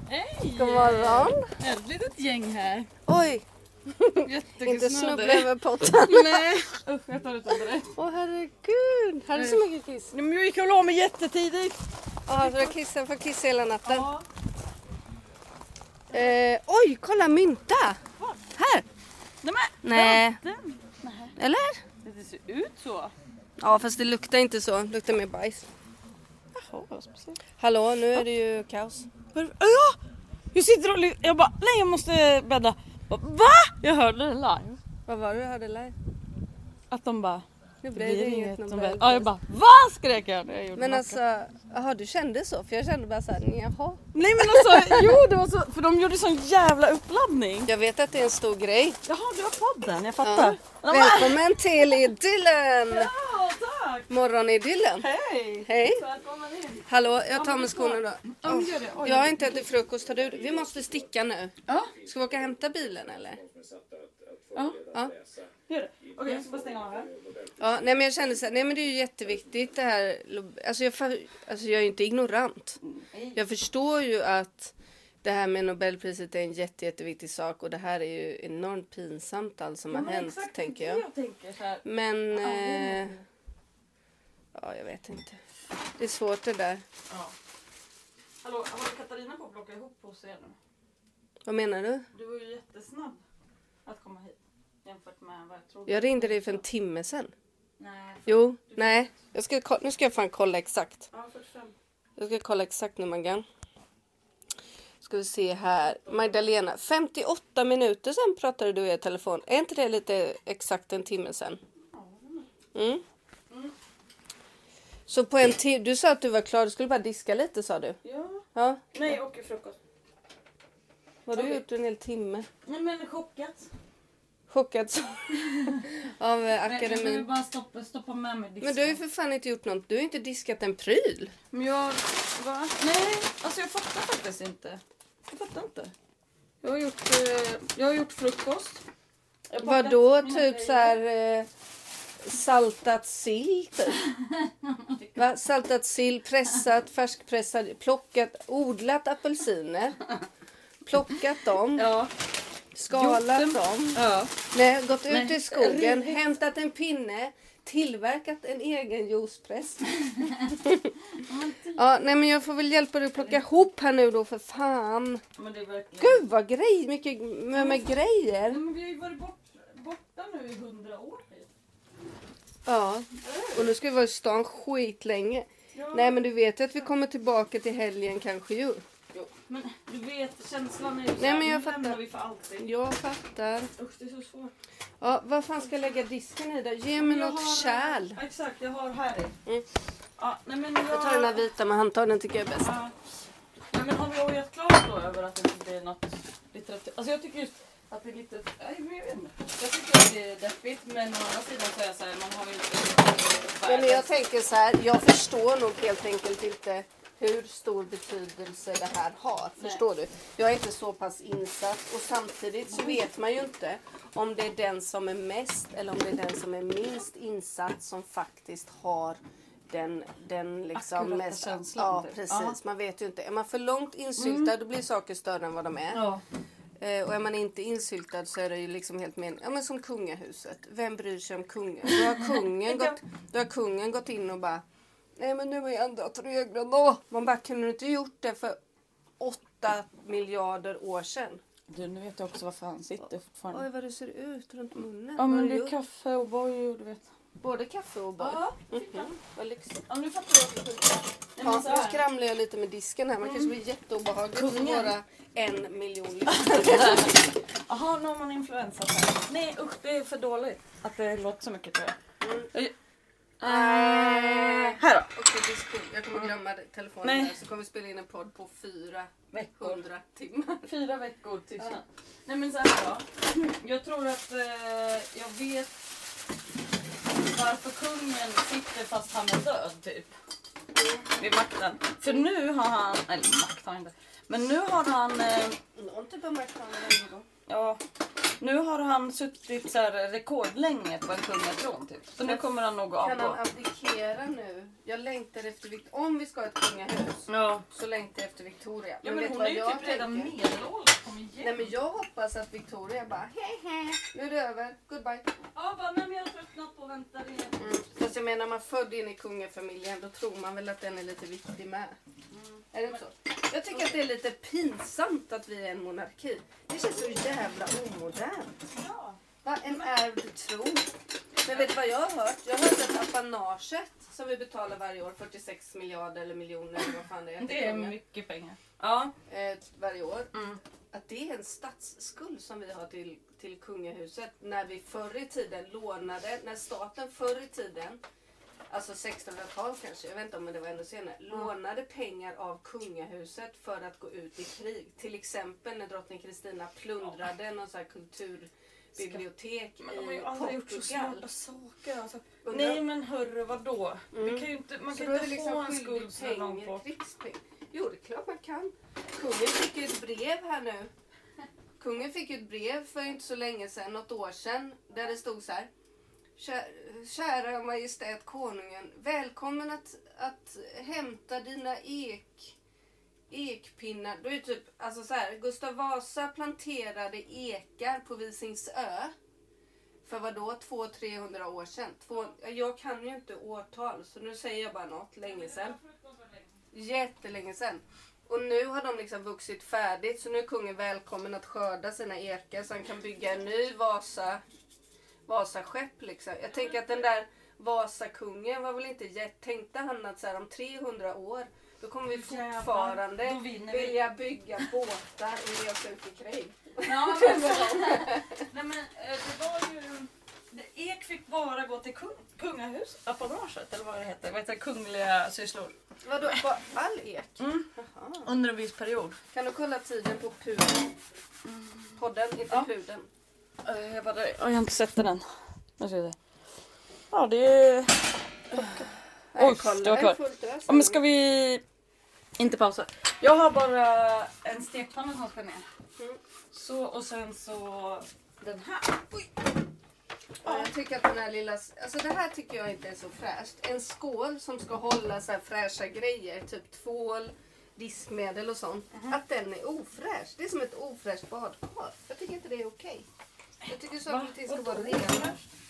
Hej! God morgon. Ett litet gäng här. Oj, Jättekul inte snöre. snubbla över potten. Nej, usch jag tar ut under det. Åh herregud, har du så mycket kiss? Men jag gick och la mig jättetidigt. Ja, så jag får kissa hela natten. Ja. Oj, kolla mynta. Här. Nej. Den. Eller? Det ser ut så. Ja, fast det luktar inte så. Det luktar mer bajs. Jaha, vad speciellt. Hallå, nu är det ju kaos. Ja! Jag sitter och jag bara, nej jag måste bädda. Va? Jag hörde det live. Vad var det du hade live? Att de bara, Nu det blir blir det inget inget Nobel. Nobel. Ja, jag bara, vad skrek jag när jag gjorde Men macka. alltså, jaha, du kände så? För jag kände bara såhär, jaha. Nej men alltså, jo det var så, för de gjorde sån jävla uppladdning. Jag vet att det är en stor grej. Jaha, du har podden, jag fattar. Ja. Välkommen till idyllen! Ja, tack! Morgonidyllen. Hej! Hej. Välkommen in. Hallå, jag tar med skorna då. Ja, men gör det. Oj. Jag har inte ätit frukost, har du? Vi måste sticka nu. Ja, Ska vi åka och hämta bilen eller? ja, Ja. gör det. Okej, jag ska bara stänga av här. Ja, nej men jag kände så här, nej men det är ju jätteviktigt det här. Alltså jag är ju inte ignorant. Jag förstår ju att det här med Nobelpriset är en jätteviktig sak och det här är ju enormt pinsamt allt som har hänt, exakt, tänker det jag. tänker så här. Men, ja jag vet inte. Det är svårt det där. Ja. Hallå, har Katarina på att plocka ihop hos er nu? Vad menar du? Du var ju jättesnabb att komma hit. Jämfört med vad jag trodde. Jag ringde dig för en timme sedan. Nej. Jo, nej. Nu ska jag fan kolla exakt. Ja, 45. Jag ska kolla exakt nu Maggan. Ska vi se här. Magdalena, 58 minuter sedan pratade du i telefon. Är inte det lite exakt en timme sedan? Mm. Så på en timme, du sa att du var klar, du skulle bara diska lite sa du. Ja. Ja. Nej, och frukost. Vad har du gjort en hel timme? Nej, men chockat. Chockad av Jag vill akademin. bara stoppa med mig disken. Men du har ju för fan inte gjort något. Du har inte diskat en pryl. Men jag... Va? Nej, alltså jag fattar faktiskt inte. Jag fattar inte. Jag har gjort frukost. Jag har packat Vadå? mina Typ grejer. så här saltat sill typ. Va? Saltat sill, pressat, färskpressat, plockat, odlat apelsiner. Plockat dem, Ja. skalat Gjort dem. Ja. Nej, gått ut Nej, i skogen, riktigt. hämtat en pinne, tillverkat en egen juicepress. Ja, nej men jag får väl hjälpa dig att plocka ihop här nu då för fan. Men det är verkligen... Gud vad mycket med grejer. Nej, men vi har ju varit borta nu i 100 år. Typ. Ja, och nu ska vi vara i stan skitlänge. Ja. Nej men du vet ju att vi kommer tillbaka till helgen kanske ju. Jo. Men du vet, känslan är ju så Nej, här, men jag nu fattar. lämnar vi för alltid. Jag fattar. Usch, det är så svårt. Ja, vad fan ska jag lägga disken i då? Ge mig Jag något har- kärl. Exakt, jag har här i. Mm. Ja, nej men Jag tar den här vita med handtag, den tycker jag är bäst. Ja. Nej, men har vi ojat klart då över att det inte blir något litteratur? Alltså jag tycker just att det är lite... Nej, men jag vet inte. Jag tycker att det är deppigt, men å andra sidan så är jag så här, man har ju inte... Ja, men jag tänker så här, jag förstår nog helt enkelt inte hur stor betydelse det här har. Nej. Förstår du? Jag är inte så pass insatt och samtidigt så vet man ju inte om det är den som är mest eller om det är den som är minst insatt som faktiskt har den liksom Akkurata mest... känslan, Ja, typ. precis. Ja. Man vet ju inte. Är man för långt insyltad då blir saker större än vad de är. Ja. Och är man inte insyltad så är det ju liksom helt ja men som kungahuset. Vem bryr sig om kungen? Då har kungen gått in och bara nej men nu har jag ändrat reglerna. Man bara kunde du inte gjort det för 8 miljarder år sedan? Du, nu vet jag också varför han sitter fortfarande. Oj vad du ser ut runt munnen. Ja, Vad men har det du är gjort? kaffe och boy och du vet. Både kaffe och boll. Ja, Vad lyxigt. ja nu fattar jag att det är sjukt. Nej, men Ja, så nu här. skramlar jag lite med disken här. Man kanske blir jätteobehagligt för Kungen. våra 1 miljon lyssnare. Jaha, nu har man influensa här. Nej usch, det är för dåligt att det låter så mycket tror jag. Här då. Okej, jag kommer glömma telefonen Nej. här så kommer vi spela in en podd på 400 timmar. 4 veckor tystnad. Ja. Nej men så här då. Jag tror att jag vet varför kungen sitter fast han är död typ. Vid makten. För nu har han, eller makt har han inte. Men nu har han, Någon typ av makt har han ändå. ja. Nu har han suttit så här rekordlänge på en kungatron typ. Så nu kommer han nog gå av Kan på. han abdikera nu? Jag längtar efter om vi ska ha ett kungahus Ja. så längtar jag efter Victoria. Ja men vet hon vad är ju jag typ redan tänker? medelålders. Kom igen. Nej men jag hoppas att Victoria bara hehe, nu är det över, goodbye. Ja bara, nej men jag har tröttnat på att vänta det. Fast jag menar, när man född in i kungafamiljen då tror man väl att den är lite viktig med. Är det inte så? Jag tycker att det är lite pinsamt att vi är en monarki. Det känns så jävla omodernt. Ja. Va? En ärvd tron. Men vet du vad jag har hört? Jag har hört att apanaget som vi betalar varje år, 46 miljarder eller miljoner eller vad fan det är. Det är mycket pengar. Ja. Varje år. Mm. Att det är en statsskuld som vi har till kungahuset. När vi förr i tiden lånade, när staten förr i tiden, alltså 1600-tal kanske, jag vet inte om det var ännu senare, lånade pengar av kungahuset för att gå ut i krig. Till exempel när drottning Kristina plundrade någon sån här kulturbibliotek Men de har i ju aldrig gjort så Portugal. smarta saker. Alltså. Undrar- Nej men hörru, vadå? Vi kan ju inte, man Så kan då är inte det få en skyldig skuld så långt pengar, på. krigspeng. Jo, det är klart man kan. Kungen fick ju ett brev här nu. Kungen fick ju ett brev för inte så länge sedan, något år sedan, där det stod så här. Kära majestät konungen, välkommen att hämta dina ekpinnar. Då är det typ, alltså så här, Gustav Vasa planterade ekar på Visingsö. För vad då? 200-300 år sedan. Jag kan ju inte årtal, så nu säger jag bara något länge sedan. Jättelänge sedan. Och nu har de liksom vuxit färdigt, så nu är kungen välkommen att skörda sina ekar så han kan bygga en ny Vasaskepp liksom. Jag tänker att den där Vasakungen var väl inte tänkte han att så här, om 300 år då kommer vi fortfarande vilja bygga båtar och resa ut i krig. Ja, men, nej men det var ju... Ek fick bara gå till kungahus, apanaget eller vad det heter. Vad heter det? Kungliga sysslor. Vadå? På all ek? Jaha. Under en viss period. Kan du kolla tiden på pudeln? Podden, inte pudeln. Jag har inte sett den. Jag ska se. Ja, det är... Oj, det var kvar. Ja, men ska vi inte pausa? Jag har bara en stekpanna som ska ner. Så, och sen så den här. Oj. Ja, jag tycker att den här lilla... Alltså det här tycker jag inte är så fräscht. En skål som ska hålla så här fräscha grejer. Typ tvål, diskmedel och sånt. Att den är ofräsch. Det är som ett ofräscht badkar. Jag tycker inte det är okej. Jag tycker så att det ska vara rena.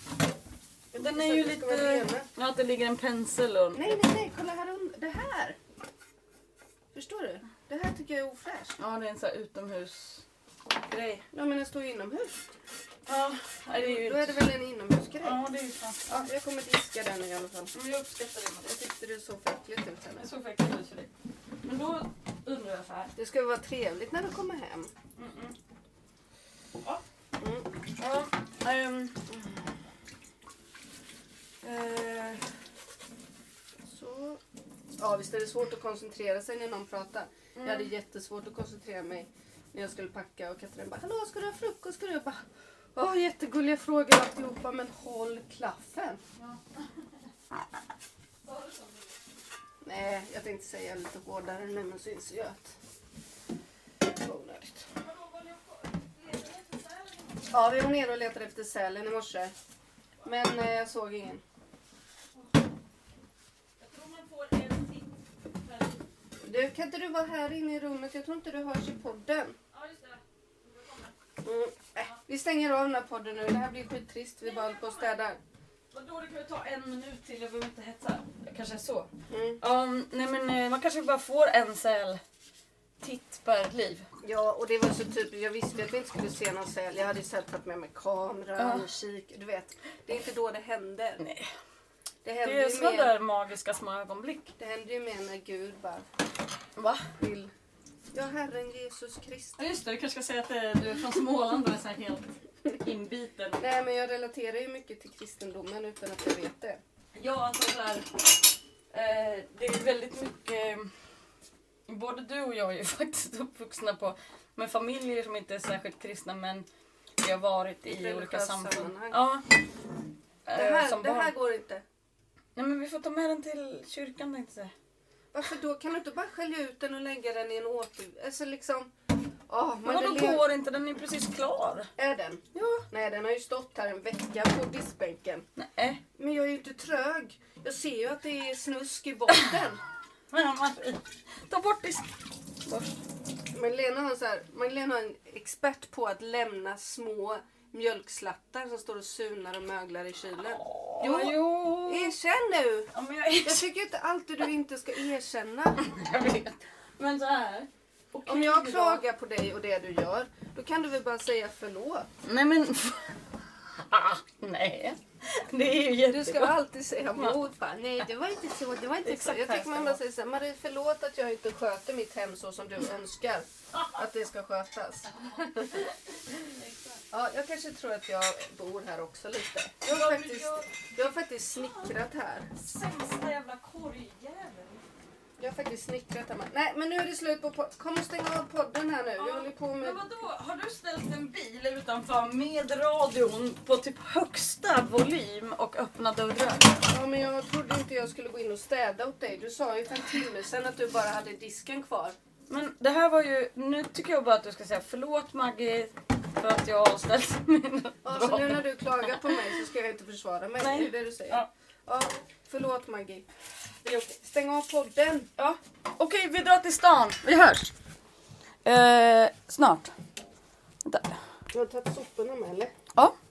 Den är ju lite... Ja, att det ligger en pensel och... Nej. Kolla här under. Det här. Förstår du? Det här tycker jag är ofräscht. Ja, det är en sån här utomhusgrej. Ja, men den står ju inomhus. Ja, det är ju... Då är det väl en inomhusgrej? Ja, det är ju sant. Ja, jag kommer diska den i alla fall. Men jag uppskattar det. Jag tyckte det såg för äckligt ut sen. Det såg faktiskt ut för dig. Men då undrar jag så här. Det ska vara trevligt när du kommer hem. Ja. Mm. Ja, Så. Ja, visst är det svårt att koncentrera sig när någon pratar. Jag hade jättesvårt att koncentrera mig när jag skulle packa och Katrin bara, hallå, ska du ha frukost? Ska du? Jag bara, jättegulliga frågor alltihopa, men håll klaffen. Nej, jag tänkte säga lite hårdare nu, men så inser jag att det var onödigt. Ja, vi var nere och letade efter sälen i morse. Men jag såg ingen. jag tror man får en titt. Du, kan inte du vara här inne i rummet? Jag tror inte du hörs i podden. Ja, just det. Vi stänger av den här podden nu. Det här blir skittrist. Vi bara håller på och städar. Vadå, det kan ju ta 1 minut till. Jag behöver inte hetsa. Jag kanske är så. Mm. Nej men man kanske bara får en säl titt per liv. Ja, och det var så typ, jag visste att vi inte skulle se någon säl. Jag hade ju sett tagit med mig kamera och kik. Du vet, det är inte då det händer. Nej. Det händer Det är ju sådana mer. där magiska små ögonblick. Det händer ju mer när Gud bara Va? vill. Ja, Herren Jesus Kristus. Ja just det, du kanske ska säga att du är från Småland och är så här helt inbiten. Nej, men jag relaterar ju mycket till kristendomen utan att jag vet det. Ja, alltså så här, det är väldigt mycket... Både du och jag är ju faktiskt uppvuxna på med familjer som inte är särskilt kristna, men vi har varit i olika religiösa samfund. sammanhang. Ja. Det här, som det här barn. går inte. Nej men vi får ta med den till kyrkan, tänkte jag säga. Varför då? Kan du inte bara skölja ut den och lägga den i en alltså liksom, Men vadå går inte? Den är precis klar. Är den? Ja. Nej, den har ju stått här en vecka på diskbänken. Nej. Men jag är ju inte trög. Jag ser ju att det är snusk i botten. Ta bort disk. Magdalena har en expert på att lämna små mjölkslattar som står och sunar och möglar i kylen. Jo. Erkänn nu! Ja, men Jag tycker inte alltid du inte ska erkänna. Jag vet. Men så här. Okej, om jag klagar på dig och det du gör, då kan du väl bara säga förlåt. Nej men... Nej. Det är ju jättebra. Du ska alltid säga mot. Nej, det var inte så. Det var inte så. Jag tycker man bara säger så här, Marie, förlåt att jag inte sköter mitt hem så som du önskar att det ska skötas. Ja, jag kanske tror att jag bor här också lite. Jag har faktiskt snickrat här. Sämsta jävla korgjävel. Jag har faktiskt snickrat här. Nej, men nu är det slut på Kom och stäng av podden här nu. Vi håller på med... Men vadå? Har du ställt en bil utanför med radion på typ högsta volym och öppna dörrar? Ja, men jag trodde inte jag skulle gå in och städa åt dig. Du sa ju för en timme sedan att du bara hade disken kvar. Men det här var ju... Nu tycker jag bara att du ska säga förlåt Maggie för att jag har ställt mina så nu när du klagar på mig så ska jag inte försvara mig. Nej. Det är det du säger. Ja, förlåt Maggie. Det är okej. Stäng av podden. Ja. Okej, vi drar till stan. Vi hörs. Snart. Vänta. Du har tagit soporna med eller? Ja.